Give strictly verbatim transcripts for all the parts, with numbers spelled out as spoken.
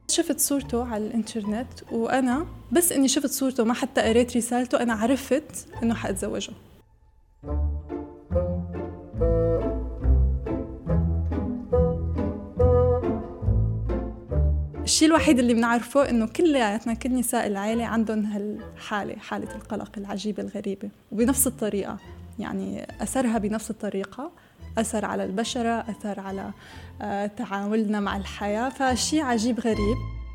شفت صورته على الانترنت، وأنا بس إني شفت صورته ما حتى قريت رسالته أنا عرفت إنه حأتزوجه. الشيء الوحيد اللي بنعرفه إنه كلياتنا كل نساء العائلة عندهم هالحالة، حالة القلق العجيبة الغريبة، وبنفس الطريقة، يعني أثرها بنفس الطريقة، أثر على البشرة، أثر على تعاملنا مع الحياة، فشيء عجيب غريب.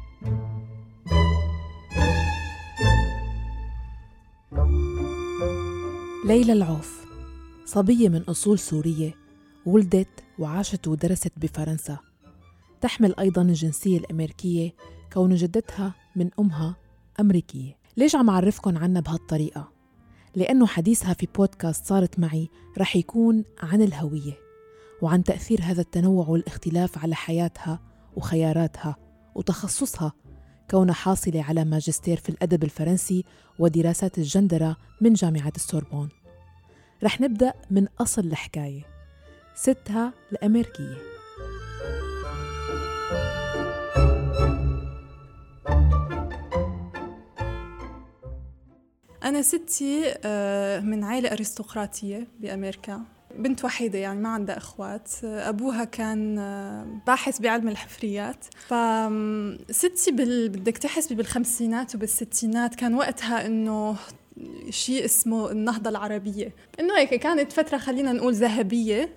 ليلى العوف صبية من أصول سورية، ولدت وعاشت ودرست بفرنسا، تحمل أيضاً الجنسية الأمريكية كون جدتها من أمها أمريكية. ليش عم أعرفكن عنها بهالطريقة؟ لأنه حديثها في بودكاست صارت معي رح يكون عن الهوية وعن تأثير هذا التنوع والاختلاف على حياتها وخياراتها وتخصصها كونها حاصلة على ماجستير في الأدب الفرنسي ودراسات الجندرة من جامعة السوربون. رح نبدأ من أصل الحكاية، ستها الأمريكية. أنا ستي من عائلة أرستقراطية بأمريكا، بنت وحيدة يعني ما عندها أخوات. أبوها كان باحث بعلم الحفريات. فستي بال... بدك تحسبي بالخمسينات وبالستينات كان وقتها إنه شيء اسمه النهضة العربية، إنه هيك كانت فترة خلينا نقول ذهبية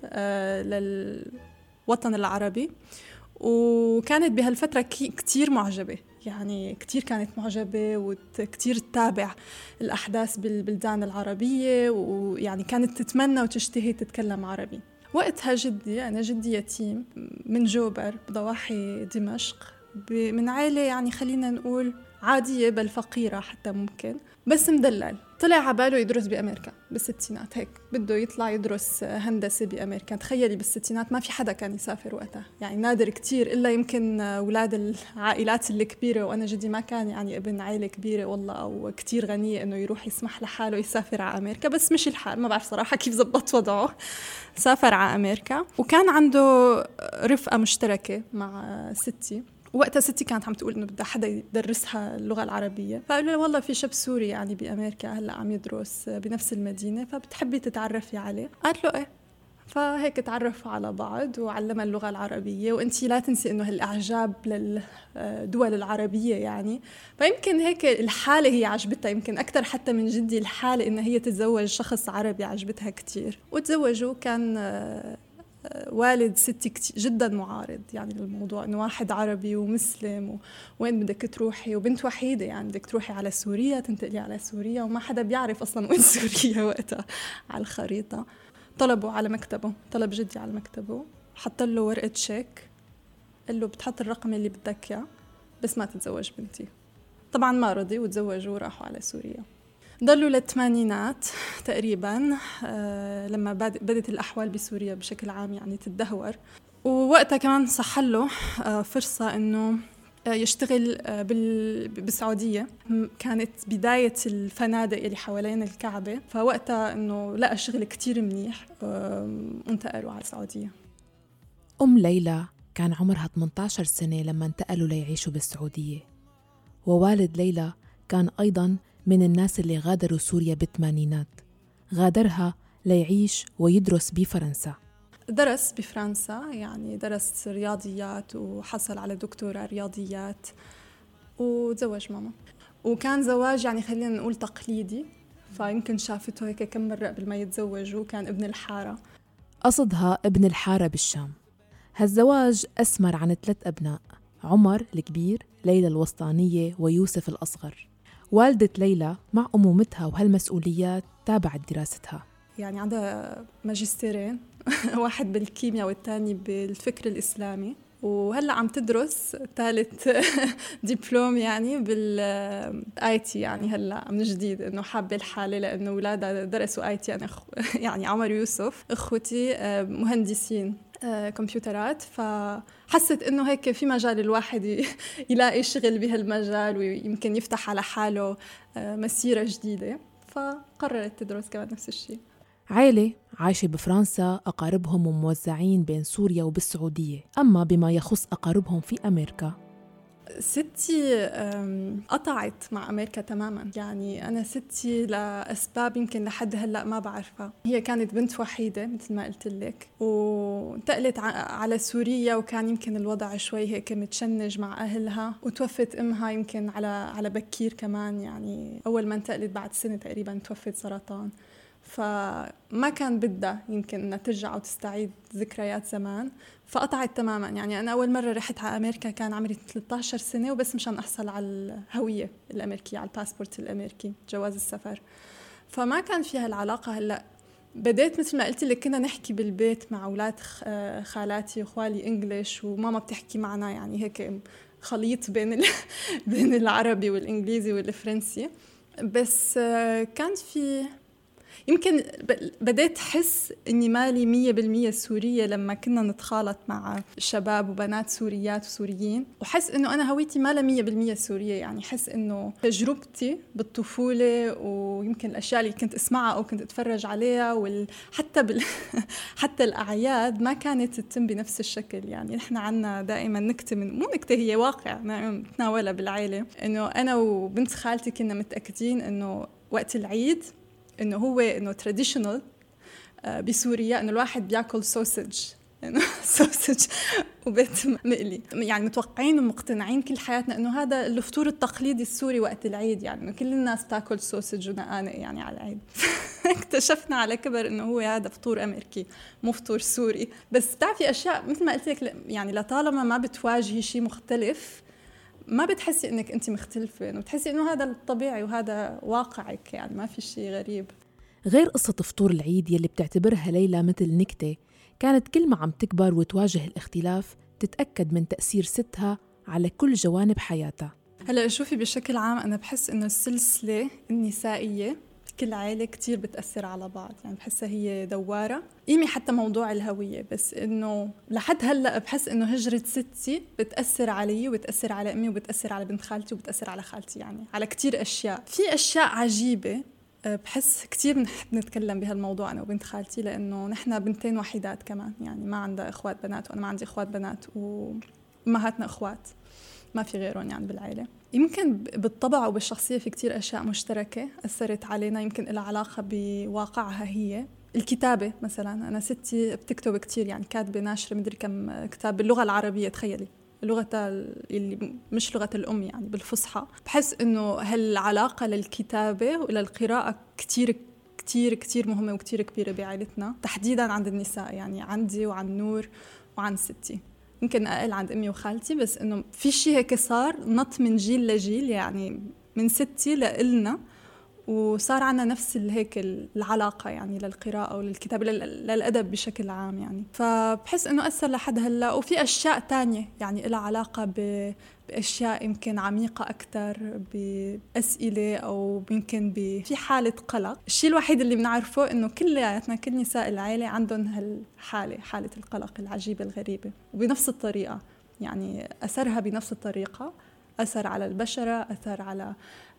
للوطن العربي، وكانت بهالفترة كتير معجبة، يعني كتير كانت معجبة وكتير تتابع الأحداث بالبلدان العربية، ويعني كانت تتمنى وتشتهي تتكلم عربي. وقتها جدي، أنا جدي يتيم من جوبر بضواحي دمشق، من عائلة يعني خلينا نقول عادية بل فقيرة حتى ممكن، بس مدلل. طلع عباله يدرس بأمريكا بالستينات، هيك بده يطلع يدرس هندسة بأمريكا. تخيلي بالستينات ما في حدا كان يسافر وقتها، يعني نادر كتير، إلا يمكن أولاد العائلات الكبيرة، وأنا جدي ما كان يعني ابن عائلة كبيرة والله أو كتير غنية إنه يروح يسمح لحاله يسافر على أمريكا، بس مش الحال، ما بعرف صراحة كيف زبط وضعه. سافر على أمريكا وكان عنده رفقة مشتركة مع ستي. وقتها ستي كانت عم تقول إنه بدها حدا يدرسها اللغة العربية، فقالوا له والله في شاب سوري يعني بأمريكا هلأ عم يدرس بنفس المدينة، فبتحبي تتعرفي عليه؟ قالت له إيه. فهيك تعرفوا على بعض وعلمها اللغة العربية. وانتي لا تنسي إنه هالإعجاب للدول العربية يعني، فيمكن هيك الحالة هي عجبتها يمكن أكتر حتى من جدي، الحالة إنه هي تتزوج شخص عربي عجبتها كتير. وتزوجوا. كان والد ستي جدا معارض يعني للموضوع، انه واحد عربي ومسلم و... وين بدك تروحي، وبنت وحيده يعني بدك تروحي على سوريا، تنتقلي على سوريا، وما حدا بيعرف اصلا وين سوريا وقتها على الخريطه. طلبوا على مكتبه، طلب جدي على مكتبه، حط له ورقه شيك، قال له بتحط الرقم اللي بدك اياه بس ما تتزوج بنتي. طبعا ما رضي وتزوجوا وراحوا على سوريا. ضلوا للثمانينات تقريباً آه لما بدت الأحوال بسوريا بشكل عام يعني تدهور. ووقتها كمان صحله آه فرصة إنه آه يشتغل آه بالسعودية. كانت بداية الفنادق اللي حوالين الكعبة، فوقتها إنه لقى شغل كتير منيح آه وانتقلوا على السعودية. أم ليلى كان عمرها ثمانية عشر سنة لما انتقلوا ليعيشوا بالسعودية، ووالد ليلى كان أيضاً من الناس اللي غادروا سوريا بالثمانينات، غادرها ليعيش ويدرس بفرنسا. درس بفرنسا، يعني درس رياضيات وحصل على دكتوراه رياضيات وتزوج ماما. وكان زواج يعني خلينا نقول تقليدي، فيمكن شافته هيك كم مرة قبل ما يتزوجوا. كان ابن الحارة، قصدها ابن الحارة بالشام. هالزواج أثمر عن ثلاث أبناء، عمر الكبير، ليلى الوسطانية، ويوسف الأصغر. والدة ليلى مع أمومتها وهالمسؤوليات تابعت دراستها، يعني عندها ماجستيرين واحد بالكيمياء والتاني بالفكر الإسلامي، وهلأ عم تدرس ثالث دبلوم يعني بالاي تي. يعني هلأ من جديد إنه حابة الحالة لأنه أولادها درسوا اي تي. أنا أخ... يعني عمر يوسف إخوتي مهندسين كمبيوترات، فحست إنه هيك في مجال الواحد يلاقي شغل بهالمجال ويمكن يفتح على حاله مسيرة جديدة، فقررت تدرس كمان نفس الشيء. عائلة عايشة بفرنسا، أقاربهم موزعين بين سوريا وبالسعودية. أما بما يخص أقاربهم في أمريكا، ستي قطعت مع أمريكا تماما. يعني أنا ستي لأسباب يمكن لحد هلأ ما بعرفها. هي كانت بنت وحيدة مثل ما قلت لك، وانتقلت على سوريا، وكان يمكن الوضع شوي هيك متشنج مع أهلها، وتوفت أمها يمكن على على بكير كمان. يعني أول ما انتقلت بعد سنة تقريبا توفت سرطان، فما كان بدها يمكن أنها ترجع وتستعيد ذكريات زمان، فقطعت تماما. يعني أنا أول مرة رحت على أمريكا كان عمري ثلاثة عشر سنة، وبس مشان أحصل على الهوية الأمريكية، على الباسبورت الأمريكي، جواز السفر. فما كان فيها العلاقة. هلأ بديت مثل ما قلت لك كنا نحكي بالبيت مع أولاد خالاتي وخوالي إنجليش، وماما بتحكي معنا يعني هيك خليط بين بين العربي والإنجليزي والفرنسي. بس كان في يمكن بديت أحس إني مالي مية بالمية سورية لما كنا نتخالط مع شباب وبنات سوريات وسوريين، وحس إنه أنا هويتي مالها مية بالمية سورية. يعني حس إنه تجربتي بالطفولة ويمكن الأشياء اللي كنت أسمعها أو كنت أتفرج عليها وحتى بال... حتى الأعياد ما كانت تتم بنفس الشكل. يعني نحن عنا دائما نكتة، من مو نكتة، هي واقع نتناولها بالعائلة، إنه أنا وبنت خالتي كنا متأكدين إنه وقت العيد إنه هو إنه traditional بسوريا إنه الواحد بيأكل سوسج، إنه سوسج وبيت مقلي. يعني متوقعين ومقتنعين كل حياتنا إنه هذا الفطور التقليدي السوري وقت العيد، يعني إنه كل الناس تأكل سوسج ونقانق يعني على العيد. اكتشفنا على كبر إنه هو هذا فطور أمريكي مو فطور سوري. بس بتعرفي أشياء مثل ما قلت لك، يعني لطالما ما بتواجهي شيء مختلف ما بتحسي إنك أنت مختلفة، إنه بتحسي إنه هذا الطبيعي وهذا واقعك، يعني ما في شيء غريب. غير قصة فطور العيد يلي بتعتبرها ليلى مثل نكتة، كانت كل ما عم تكبر وتواجه الاختلاف تتأكد من تأثير ستها على كل جوانب حياتها. هلأ شوفي بشكل عام أنا بحس إنه السلسلة النسائية كل عائلة كتير بتأثر على بعض. يعني بحسها هي دوارة قيمي حتى موضوع الهوية. بس إنه لحد هلأ بحس إنه هجرة ستي بتأثر علي وبتأثر على أمي وبتأثر على بنت خالتي وبتأثر على خالتي، يعني على كتير أشياء. في أشياء عجيبة بحس كتير نحب نتكلم بهالموضوع أنا وبنت خالتي، لأنه نحن بنتين وحيدات كمان، يعني ما عندها إخوات بنات وأنا ما عندي إخوات بنات، وأمهاتنا إخوات ما في غيرهم يعني بالعائلة. يمكن بالطبع وبالشخصية في كتير أشياء مشتركة أثرت علينا، يمكن لها علاقة بواقعها. هي الكتابة مثلا، أنا ستي بتكتب كتير، يعني كاتبة ناشرة مدري كم كتاب باللغة العربية، تخيلي لغة اللي مش لغة الأم يعني بالفصحى. بحس إنه هالعلاقة للكتابة وللقراءة كتير كتير كتير مهمة وكتير كبيرة بعائلتنا، تحديداً عند النساء، يعني عندي وعن نور وعن ستي، يمكن أقل عند أمي وخالتي. بس إنه في شيء هيك صار نط من جيل لجيل، يعني من ستي لإلنا، وصار عنا نفس هيك العلاقة يعني للقراءة وللكتاب للأدب بشكل عام. يعني فبحس إنه أثر لحد هلا. وفي أشياء تانية يعني لها علاقة بأشياء يمكن عميقة أكتر، بأسئلة أو يمكن في حالة قلق. الشيء الوحيد اللي بنعرفه إنه كلياتنا كل نساء العائلة عندهم هالحالة، حالة القلق العجيبة الغريبة، وبنفس الطريقة، يعني أثرها بنفس الطريقة، أثر على البشرة، أثر على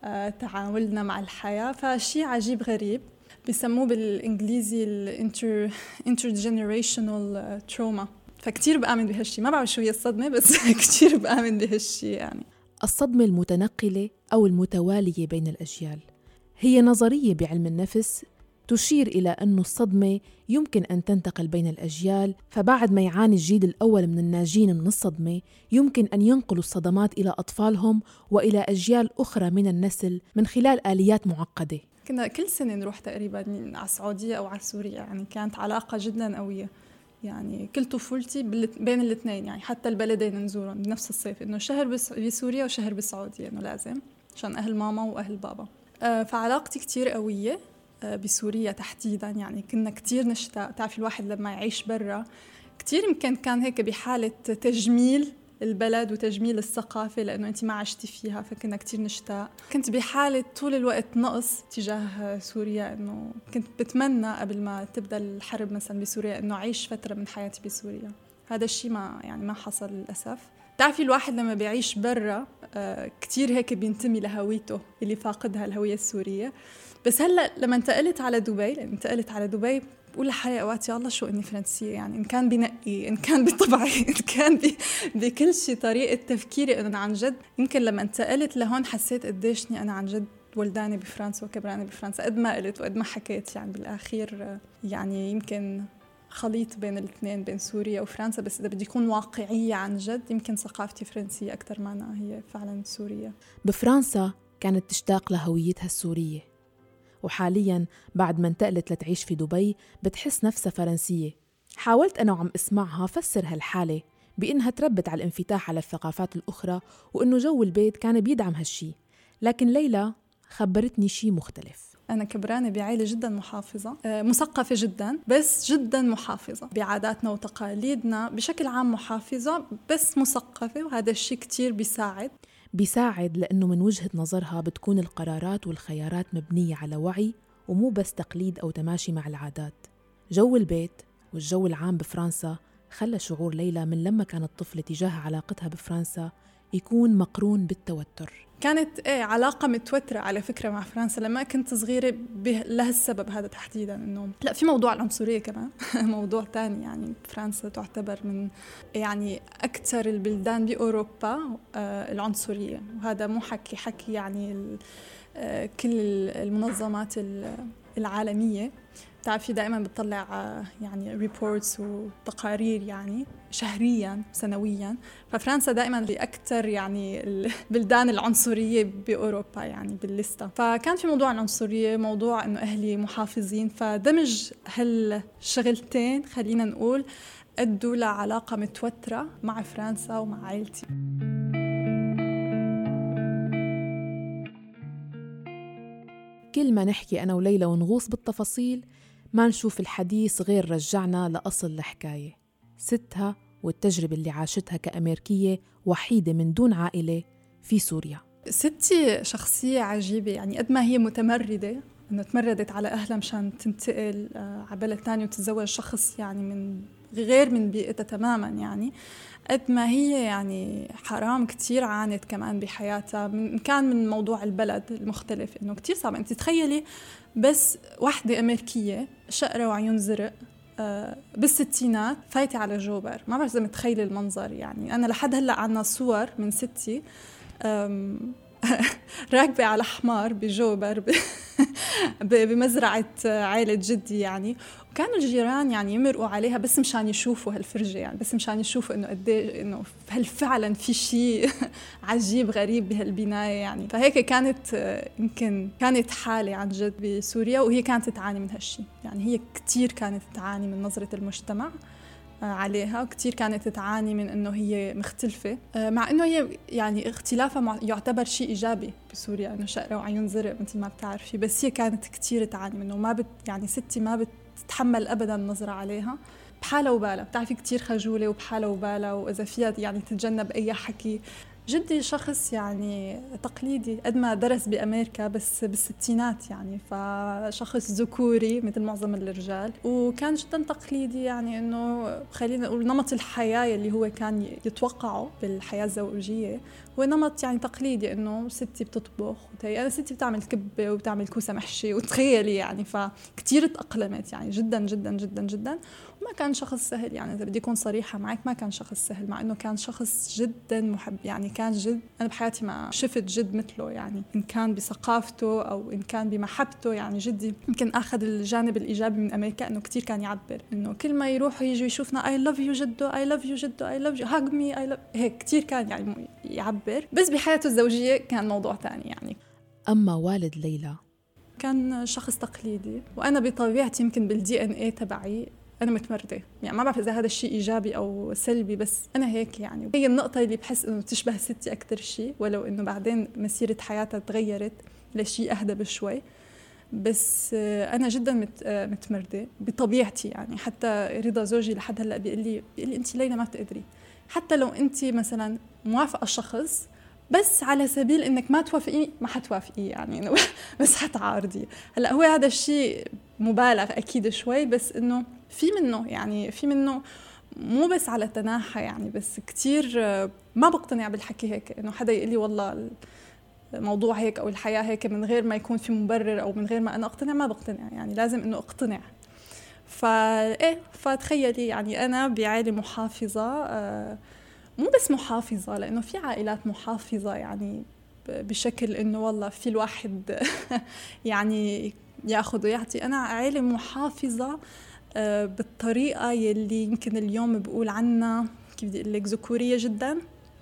تعاملنا مع الحياة. فشيء عجيب غريب بيسموه بالإنجليزي الانتر intergenerational trauma. فكتير بآمن بهالشي. ما بعرف شو هي الصدمة، بس كتير بآمن بهالشي. يعني الصدمة المتنقلة أو المتوالية بين الأجيال هي نظرية بعلم النفس تشير إلى أن الصدمة يمكن أن تنتقل بين الأجيال، فبعد ما يعاني الجيل الأول من الناجين من الصدمة يمكن أن ينقلوا الصدمات إلى أطفالهم وإلى أجيال أخرى من النسل من خلال آليات معقدة. كنا كل سنة نروح تقريباً على السعودية أو على سوريا، يعني كانت علاقة جداً قوية. يعني كل طفولتي بين الاثنين، يعني حتى البلدين نزورهم بنفس الصيف، إنه شهر بسوريا وشهر بالسعودية، إنه لازم عشان أهل ماما وأهل بابا. آه فعلاقتي كتير قوية بسوريا تحديداً. يعني كنا كتير نشتاق. تعرف الواحد لما يعيش برا كتير يمكن كان هيك بحالة تجميل البلد وتجميل الثقافة، لأنه أنت ما عشتي فيها، فكنا كتير نشتاق. كنت بحالة طول الوقت نقص تجاه سوريا، إنه كنت بتمنى قبل ما تبدأ الحرب مثلا بسوريا إنه أعيش فترة من حياتي بسوريا. هذا الشيء ما يعني ما حصل للأسف. تعرفي الواحد لما بيعيش برا آه كتير هيك بينتمي لهويته اللي فاقدها، الهوية السورية. بس هلأ لما انتقلت على دبي، لأن انتقلت على دبي بقول لحالي اوقات يا الله شو اني فرنسيه، يعني ان كان بنقي، ان كان بطبعي، ان كان بي بكل شيء طريقه تفكيري. انا عن جد يمكن لما انتقلت لهون حسيت قديشني انا عن جد ولداني بفرنسا وكبراني بفرنسا. قد ما قلت وقد ما حكيت يعني بالاخير يعني يمكن خليط بين الاثنين، بين سوريا وفرنسا. بس اذا بدي اكون واقعيه عن جد يمكن ثقافتي فرنسيه اكثر ما أنا هي فعلا سوريه. بفرنسا كانت تشتاق لهويتها السوريه، وحالياً بعد ما انتقلت لتعيش في دبي بتحس نفسها فرنسية. حاولت أنا وعم اسمعها فسر هالحالة بإنها تربت على الانفتاح على الثقافات الأخرى وإنه جو البيت كان بيدعم هالشي، لكن ليلى خبرتني شي مختلف. أنا كبرانة بعائلة جدا محافظة، مثقفة جدا بس جدا محافظة بعاداتنا وتقاليدنا بشكل عام، محافظة بس مثقفة، وهذا الشي كتير بيساعد بيساعد لأنه من وجهة نظرها بتكون القرارات والخيارات مبنية على وعي ومو بس تقليد أو تماشي مع العادات. جو البيت والجو العام بفرنسا خلى شعور ليلى من لما كانت طفلة تجاه علاقتها بفرنسا يكون مقرون بالتوتر. كانت ايه علاقة متوترة على فكرة مع فرنسا لما كنت صغيرة لهالسبب هذا تحديدا. انه لا، في موضوع العنصرية كمان موضوع تاني. يعني فرنسا تعتبر من يعني أكثر البلدان بأوروبا آه العنصرية، وهذا مو حكي حكي يعني آه كل المنظمات العالمية تعرفي دائما بتطلع يعني ريبورتس وتقارير يعني شهريا سنويا. ففرنسا دائما بأكثر يعني البلدان العنصرية بأوروبا يعني بالليستة. فكان في موضوع العنصرية، موضوع إنه أهلي محافظين، فدمج هالشغلتين خلينا نقول أدوا لعلاقة متوترة مع فرنسا ومع عائلتي. كل ما نحكي أنا وليلى ونغوص بالتفاصيل ما نشوف الحديث غير رجعنا لأصل الحكاية، ستها والتجربة اللي عاشتها كأمريكية وحيدة من دون عائلة في سوريا. ستي شخصية عجيبة، يعني قد ما هي متمردة إنه تمردت على أهلها مشان تنتقل على بلد تاني وتتزوج شخص يعني من غير من بيئتها تماماً، يعني قد ما هي يعني حرام كتير عانت كمان بحياتها. من كان من موضوع البلد المختلف إنه كتير صعب. أنت تخيلي بس واحدة أمريكية شقرة وعيون زرق آه بالستينات فايتة على جوبر، ما بعرف إذا متخيلة المنظر. يعني أنا لحد هلأ عنا صور من ستي راكبة على حمار بجوبر بمزرعة عائلة جدي يعني. وكانوا الجيران يعني يمرقوا عليها بس مشان يشوفوا هالفرجة، يعني بس مشان يشوفوا إنه قديه إنه هل فعلا في شيء عجيب غريب بهالبناية يعني. فهيك كانت يمكن كانت حالة عن جد بسوريا، وهي كانت تعاني من هالشيء. يعني هي كتير كانت تعاني من نظرة المجتمع عليها، وكتير كانت تعاني من إنه هي مختلفة، مع إنه هي يعني اختلافها يعتبر شيء إيجابي بسوريا، إنه شقرة وعيون زرق مثل ما بتعرفي. بس هي كانت كتير تعاني منه، ما بت يعني ستي ما بتتحمل أبداً النظرة عليها، بحالة وبالة بتعرفي كتير خجولة وبحالة وبالة، وإذا فيها يعني تتجنب أي حكي. جدي شخص يعني تقليدي قد ما درس بأمريكا بس بالستينات يعني، فشخص ذكوري مثل معظم الرجال، وكان جدا تقليدي. يعني إنه خلينا نقول نمط الحياة اللي هو كان يتوقعه بالحياة الزوجية هو نمط يعني تقليدي، إنه ستي بتطبخ وتهي. أنا ستي بتعمل كبة وبتعمل كوسة محشي وتخيلي يعني، فكتير تأقلمت يعني جدا جدا جدا جدا. وما كان شخص سهل يعني، إذا بدي أكون صريحة معك ما كان شخص سهل، مع إنه كان شخص جدا محب. يعني كان جد أنا بحياتي ما شفت جد مثله، يعني إن كان بثقافته أو إن كان بمحبته. يعني جدي يمكن أخذ الجانب الإيجابي من أمريكا، إنه كتير كان يعبر، إنه كل ما يروح يجي يشوفنا I love you جدو I love you جدو I love you hug me I love، هيك كتير كان يعني يعبر. بس بحياته الزوجية كان موضوع تاني يعني. أما والد ليلى كان شخص تقليدي، وأنا بطبيعتي يمكن بالدي ان اي تبعي أنا متمردة. يعني ما بعرف إذا هذا الشيء إيجابي أو سلبي، بس أنا هيك يعني. هي النقطة اللي بحس إنه تشبه ستي أكتر شيء، ولو إنه بعدين مسيرة حياتها تغيرت لشيء أهدى بشوي. بس أنا جدا متمردة بطبيعتي يعني. حتى رضا زوجي لحد هلأ بيقول لي بيقول لي أنت ليلى ما بتقدري، حتى لو أنت مثلا موافقة الشخص بس على سبيل إنك ما توافقيه ما حتوافقيه يعني، بس حتعارضي. هلأ هو هذا الشيء مبالغ أكيد شوي، بس إنه في منه يعني في منه مو بس على تناحى يعني. بس كتير ما بقتنع بالحكي هيك، إنه حدا يقول لي والله الموضوع هيك أو الحياة هيك من غير ما يكون في مبرر أو من غير ما أنا أقتنع. ما بقتنع يعني، لازم إنه أقتنع. فايه فتخيلي يعني انا بعائله محافظه، آه مو بس محافظه لانه في عائلات محافظه يعني بشكل انه والله في الواحد يعني ياخذ ويعطي. انا عائله محافظه آه بالطريقه يلي يمكن اليوم بقول عنها كيف بدي اقول لك ذكوريه جدا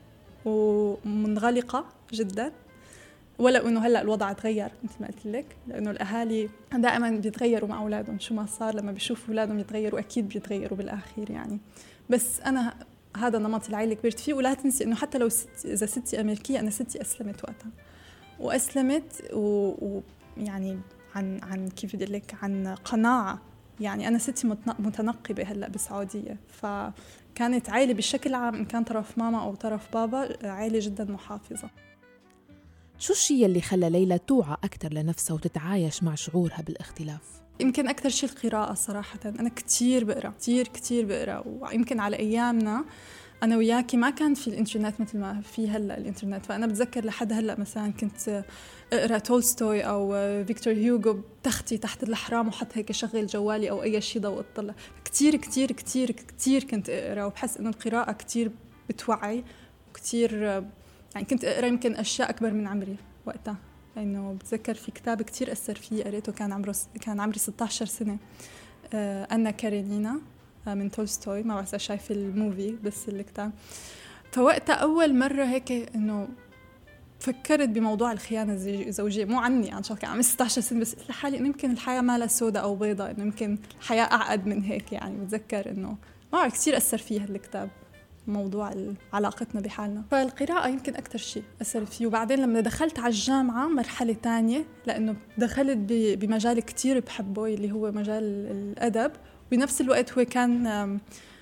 ومنغلقه جدا، ولا انه هلا الوضع تغير مثل ما قلت لك، لانه الاهالي دائما بيتغيروا مع اولادهم، شو ما صار لما بيشوفوا اولادهم يتغيروا اكيد بيتغيروا بالاخير يعني. بس انا هذا نمط العائله كبرت فيه. ولا تنسي انه حتى لو ست اذا ستي امريكيه، انا ستي اسلمت وقتها واسلمت ويعني و... عن عن كيف بدي لك عن قناعه. يعني انا ستي متنقبه هلا بالسعوديه، فكانت عائله بشكل عام ان كان طرف ماما او طرف بابا عائله جدا محافظه. شو الشيء اللي خلى ليلى توعى أكثر لنفسها وتتعايش مع شعورها بالاختلاف؟ يمكن أكثر شيء القراءة صراحة. أنا كتير بقرأ كتير كتير بقرأ، ويمكن على أيامنا أنا وياكي ما كان في الإنترنت مثل ما في هلأ الإنترنت. فأنا بتذكر لحد هلأ مثلا كنت أقرأ تولستوي أو فيكتور هيوغو بتختي تحت الأحرام وحط هيك شغل جوالي أو أي شيء ضوء أطلع. كتير كتير كتير كتير كنت أقرأ، وبحس إنه القراءة كتير بتوعي وكتير يعني كنت أقرأ يمكن أشياء أكبر من عمري وقتها. لأنه بتذكر في كتاب كتير أثر فيه قريته كان عمره كان عمري ستة عشر سنة، آه أنا كارينينا آه من تولستوي. ما بعرف إذا شايف الموفي بس الكتاب. فوقتها أول مرة هيك إنه فكرت بموضوع الخيانة الزوجية، مو عني عن شكل عمري ستة عشر سنة، بس لحالي إنه يمكن الحياة ما لها سودة أو بيضة، إنه يمكن الحياة أعقد من هيك. يعني بتذكر إنه ما بعرف كتير أثر فيها الكتاب موضوع علاقتنا بحالنا. فالقراءة يمكن أكتر شيء أثر فيه. وبعدين لما دخلت على الجامعة مرحلة تانية، لأنه دخلت بمجال كتير بحبه اللي هو مجال الأدب، وبنفس الوقت هو كان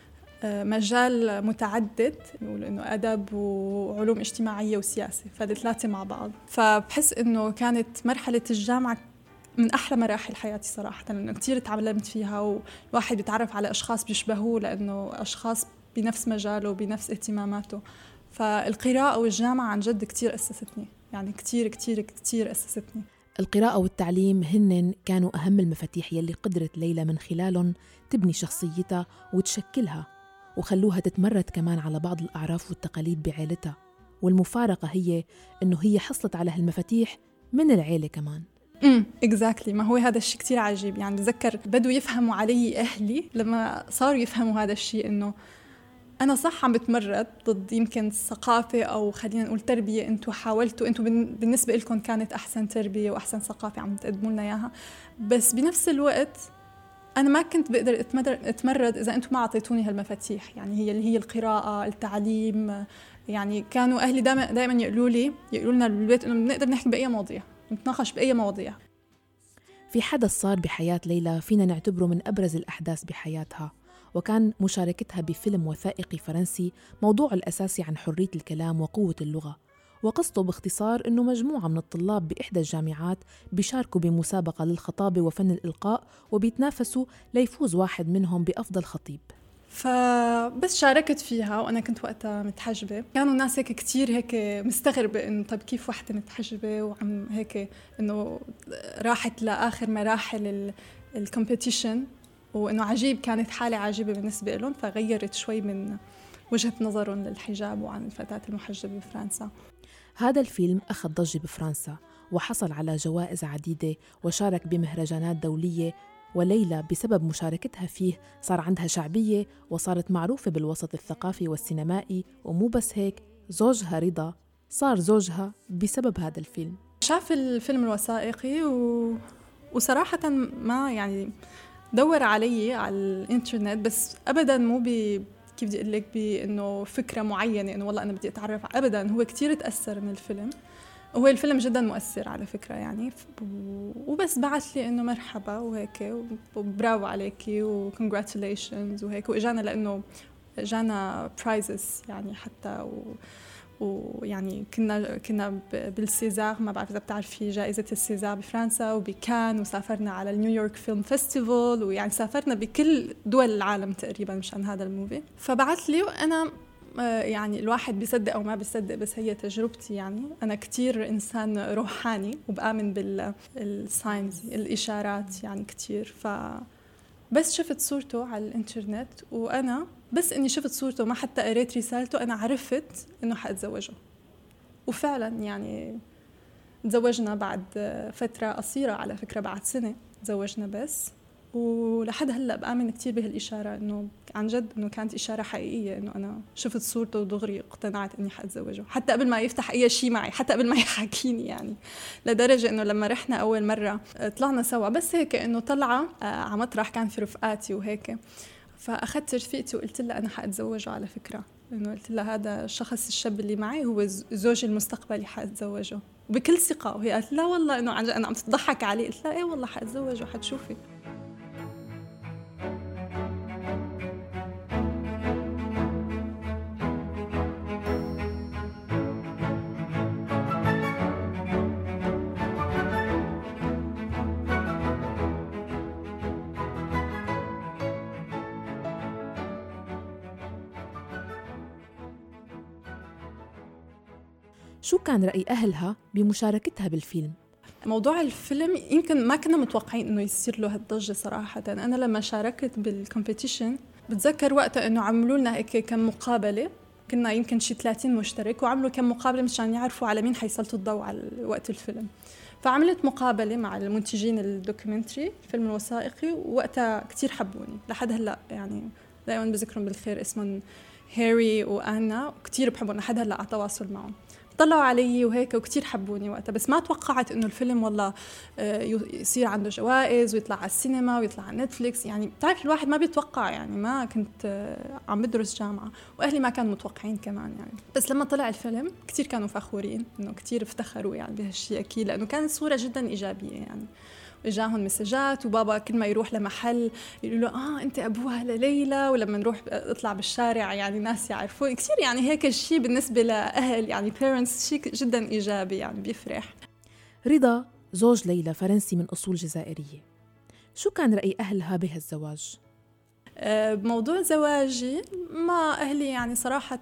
مجال متعدد، نقول إنه أدب وعلوم اجتماعية وسياسة، فالثلاثة مع بعض. فبحس إنه كانت مرحلة الجامعة من أحلى مراحل حياتي صراحة، لأنه كتير تعلمت فيها، والواحد بيتعرف على أشخاص بيشبهوه لأنه أشخاص بنفس مجاله وبنفس اهتماماته. فالقراءة والجامعة عن جد كتير أسستني، يعني كتير كتير كتير أسستني. القراءة والتعليم هن كانوا أهم المفاتيح يلي قدرت ليلى من خلالهم تبني شخصيتها وتشكلها، وخلوها تتمرد كمان على بعض الأعراف والتقاليد بعائلتها. والمفارقة هي إنه هي حصلت على هالمفاتيح من العائلة كمان. امم اكزاكتلي. ما هو هذا الشيء كتير عجيب. يعني بتذكر بدوا يفهموا علي أهلي لما صاروا يفهموا هذا الشيء، إنه أنا صح عم بتمرد ضد يمكن ثقافة أو خلينا نقول تربية أنتوا حاولتوا، أنتوا بالنسبة لكم كانت أحسن تربية وأحسن ثقافة عم تقدموا لنا إياها، بس بنفس الوقت أنا ما كنت بقدر أتمرد إذا أنتوا ما عطيتوني هالمفاتيح. يعني هي اللي هي القراءة، التعليم. يعني كانوا أهلي دائما دائما يقولوا لي يقولوا لنا بالبيت إنه بنقدر نحكي بأي مواضيع، نتناقش بأي مواضيع. في حدث صار بحياة ليلى فينا نعتبره من أبرز الأحداث بحياتها، وكان مشاركتها بفيلم وثائقي فرنسي موضوعه الأساسي عن حرية الكلام وقوة اللغة. وقصته باختصار أنه مجموعة من الطلاب بإحدى الجامعات بيشاركوا بمسابقة للخطابة وفن الإلقاء، وبيتنافسوا ليفوز واحد منهم بأفضل خطيب. فبس شاركت فيها وأنا كنت وقتها متحجبة. كانوا الناس هيك كتير هيك مستغربة إنه طب كيف واحدة متحجبة وعم هيك إنه راحت لآخر مراحل الكومبيتيشن، وإنه عجيب، كانت حالة عجيبة بالنسبة لهم. فغيرت شوي من وجهة نظرهم للحجاب وعن الفتاة المحجبة بفرنسا. هذا الفيلم أخذ ضجة بفرنسا وحصل على جوائز عديدة وشارك بمهرجانات دولية، وليلى بسبب مشاركتها فيه صار عندها شعبية وصارت معروفة بالوسط الثقافي والسينمائي. ومو بس هيك، زوجها رضا صار زوجها بسبب هذا الفيلم. شاف الفيلم الوثائقي و... وصراحة ما يعني دور علي على الانترنت، بس أبداً مو ب كيف بدي أقول لك بأنه فكرة معينة إنه والله أنا بدي أتعرف. أبداً هو كتير تأثر من الفيلم، وهو الفيلم جداً مؤثر على فكرة يعني. وبس بعث لي إنه مرحبا وهيك وبراو عليكي وcongratulations وهيك، وإجانا لأنه إجانا prizes يعني حتى و ويعني كنا كنا بالسيزار، ما بعرف إذا بتعرفي جائزة السيزار بفرنسا، وبكان، وسافرنا على النيويورك فيلم فيستيفال، ويعني سافرنا بكل دول العالم تقريبا مشان هذا الموفي. فبعث لي وأنا يعني الواحد بيصدق أو ما بيصدق، بس هي تجربتي. يعني أنا كتير إنسان روحاني وبآمن بالساينز الإشارات يعني كتير. ف بس شفت صورته على الانترنت، وأنا بس إني شفت صورته ما حتى قريت رسالته أنا عرفت إنه حأتزوجه. وفعلا يعني تزوجنا بعد فترة قصيرة، على فكرة بعد سنة تزوجنا بس. ولحد هلأ بآمن كتير بهالإشارة إنه عن جد إنه كانت إشارة حقيقية، إنه أنا شفت صورته ودغري اقتنعت إني حأتزوجه، حتى قبل ما يفتح أي شيء معي، حتى قبل ما يحاكيني يعني. لدرجة إنه لما رحنا أول مرة طلعنا سوا بس هيك إنه طلعة على مطرح كان في رفقاتي وهيك، فأخذت رفيقتي وقلت لها أنا حأتزوجه على فكرة، إنه قلت لها هذا الشخص الشاب اللي معي هو زوجي المستقبلي حأتزوجه بكل ثقة. وهي قالت لا والله إنه أنا عم تضحك عليه. قلت لها إيه والله حأتزوجه حتشوفي. شو كان رأي أهلها بمشاركتها بالفيلم؟ موضوع الفيلم يمكن ما كنا متوقعين إنه يصير له هالضجة صراحة. أنا لما شاركت بالكومبيتيشن بتذكر وقتها إنه عملوا لنا هيك كم مقابلة، كنا يمكن شي ثلاثين مشترك، وعملوا كم مقابلة مشان يعرفوا على مين حيسلطوا الضوء على وقت الفيلم. فعملت مقابلة مع المنتجين الدوكيومنتري الفيلم الوثائقي، ووقتها كتير حبوني لحد هلأ، يعني دائما بذكرهم بالخير، اسمهم هاري وآنا، وكتير بحبهم لحد هلأ على تواصل معهم. طلعوا علي وهيك وكتير حبوني وقتها، بس ما توقعت إنه الفيلم والله يصير عنده جوائز ويطلع على السينما ويطلع على نتفليكس. يعني بتعرف الواحد ما بيتوقع، يعني ما كنت عم بدرس جامعة وأهلي ما كانوا متوقعين كمان يعني. بس لما طلع الفيلم كتير كانوا فخورين، إنه كتير افتخروا يعني بهالشيء أكيد، لأنه كانت صورة جدا إيجابية يعني. وإجاهم مسجات، وبابا كل ما يروح لمحل يقولوا له آه أنت أبوها لليلى، ولما نروح أطلع بالشارع يعني ناس يعرفون كتير. يعني هيك الشيء بالنسبة لأهل يعني parents شيء جدا إيجابي يعني بيفرح. رضا زوج ليلى فرنسي من أصول جزائرية، شو كان رأي أهلها بهالزواج؟ بموضوع زواجي مع أهلي يعني صراحة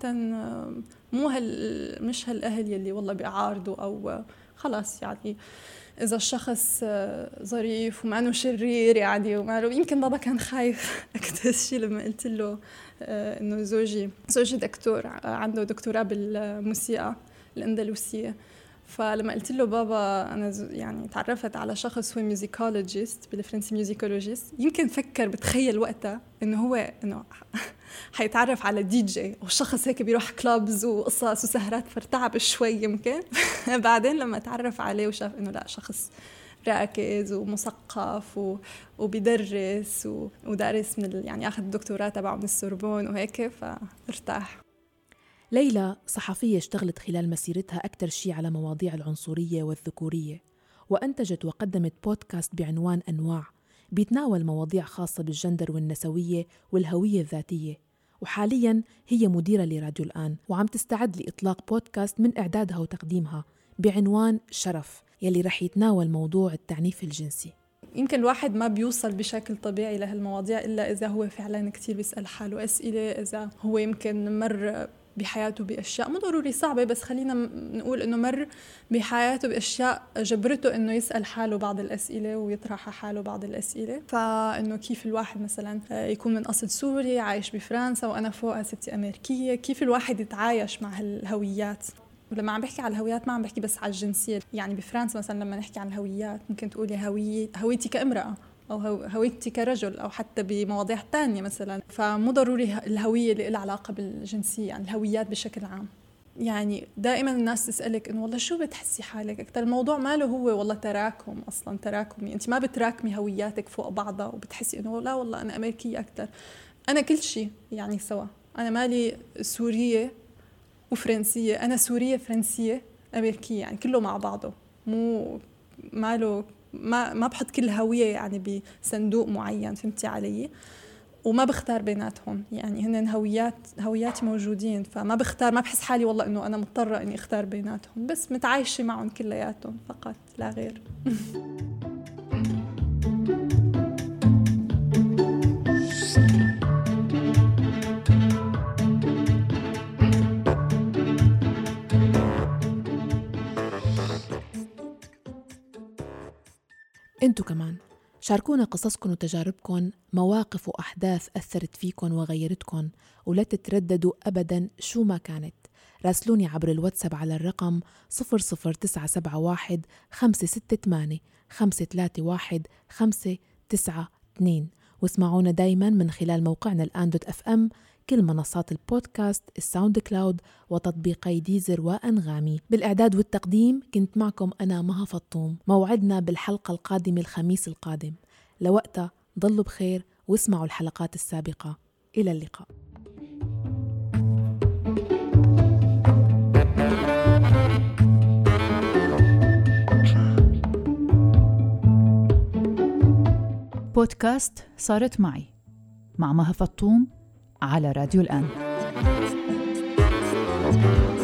مو هال مش هالأهل يلي والله بيعارضوا أو خلاص، يعني إذا الشخص ظريف وما أنه شرير يعني وما له. يمكن بابا كان خايف أكثر شيء لما قلت له إنه زوجي زوجي دكتور عنده دكتوراه بالموسيقى الأندلسية. فلما قلت له بابا أنا يعني تعرفت على شخص هو ميوزيكولوجيست بالفرنسي ميوزيكولوجيست، يمكن فكر بتخيل وقتها إنه هو إنه حيتعرف على دي جي والشخص هيك بيروح كلابز وقصص وسهرات، فرتعب شوي يمكن. بعدين لما تعرف عليه وشاف إنه لا شخص راكز ومثقف وبيدرس ودارس من يعني أخذ الدكتوراه تبعه من السوربون وهيك، فارتاح. ليلى صحفية اشتغلت خلال مسيرتها أكثر شيء على مواضيع العنصرية والذكورية، وأنتجت وقدمت بودكاست بعنوان أنواع بيتناول مواضيع خاصة بالجندر والنسوية والهوية الذاتية. وحالياً هي مديرة لراديو الآن، وعم تستعد لإطلاق بودكاست من إعدادها وتقديمها بعنوان شرف، يلي رح يتناول موضوع التعنيف الجنسي. يمكن الواحد ما بيوصل بشكل طبيعي لهالمواضيع إلا إذا هو فعلاً كتير بيسأل حاله أسئلة، إذا هو يمكن مر بحياته بأشياء مو ضروري صعبة، بس خلينا نقول إنه مر بحياته بأشياء جبرته إنه يسأل حاله بعض الأسئلة ويطرح حاله بعض الأسئلة. فإنه كيف الواحد مثلا يكون من أصل سوري عايش بفرنسا وأنا فوقها ستي أمريكية، كيف الواحد يتعايش مع هالهويات. ولما عم بحكي على الهويات ما عم بحكي بس على الجنسية، يعني بفرنسا مثلا لما نحكي عن الهويات ممكن تقولي هوية هويتي كامرأة أو هويتي كرجل، أو حتى بمواضيع تانية مثلا. فمو ضروري الهوية اللي لها علاقة بالجنسية، يعني الهويات بشكل عام. يعني دائما الناس تسألك إنه والله شو بتحسي حالك أكتر. الموضوع ماله هو والله تراكم، أصلا تراكمي، أنت ما بتراكمي هوياتك فوق بعضها وبتحسي إنه لا والله أنا أمريكية أكتر. أنا كل شيء يعني سوا، أنا مالي سورية وفرنسية، أنا سورية فرنسية أمريكية، يعني كله مع بعضه، مو ماله ما ما بحط كل هوية يعني بصندوق معين، فهمتي علي؟ وما بختار بيناتهم، يعني هن هويات هوياتي موجودين، فما بختار، ما بحس حالي والله إنه أنا مضطرة إني أختار بيناتهم، بس متعايشة معهم كلياتهم فقط لا غير. انتو كمان شاركونا قصصكم وتجاربكم، مواقف وأحداث أثرت فيكم وغيرتكم، ولا تترددوا أبداً شو ما كانت. راسلوني عبر الواتساب على الرقم صفر صفر تسعة سبعة واحد خمسة ستة ثمانية خمسة ثلاثة واحد خمسة تسعة اثنين، واسمعونا دايماً من خلال موقعنا الآن دوت اف ام، كل منصات البودكاست، الساوند كلاود، وتطبيقي ديزر وأنغامي. بالإعداد والتقديم كنت معكم أنا مها فطوم. موعدنا بالحلقة القادمة الخميس القادم. لوقتها ضلوا بخير واسمعوا الحلقات السابقة. إلى اللقاء. بودكاست صارت معي مع مها فطوم على راديو الآن.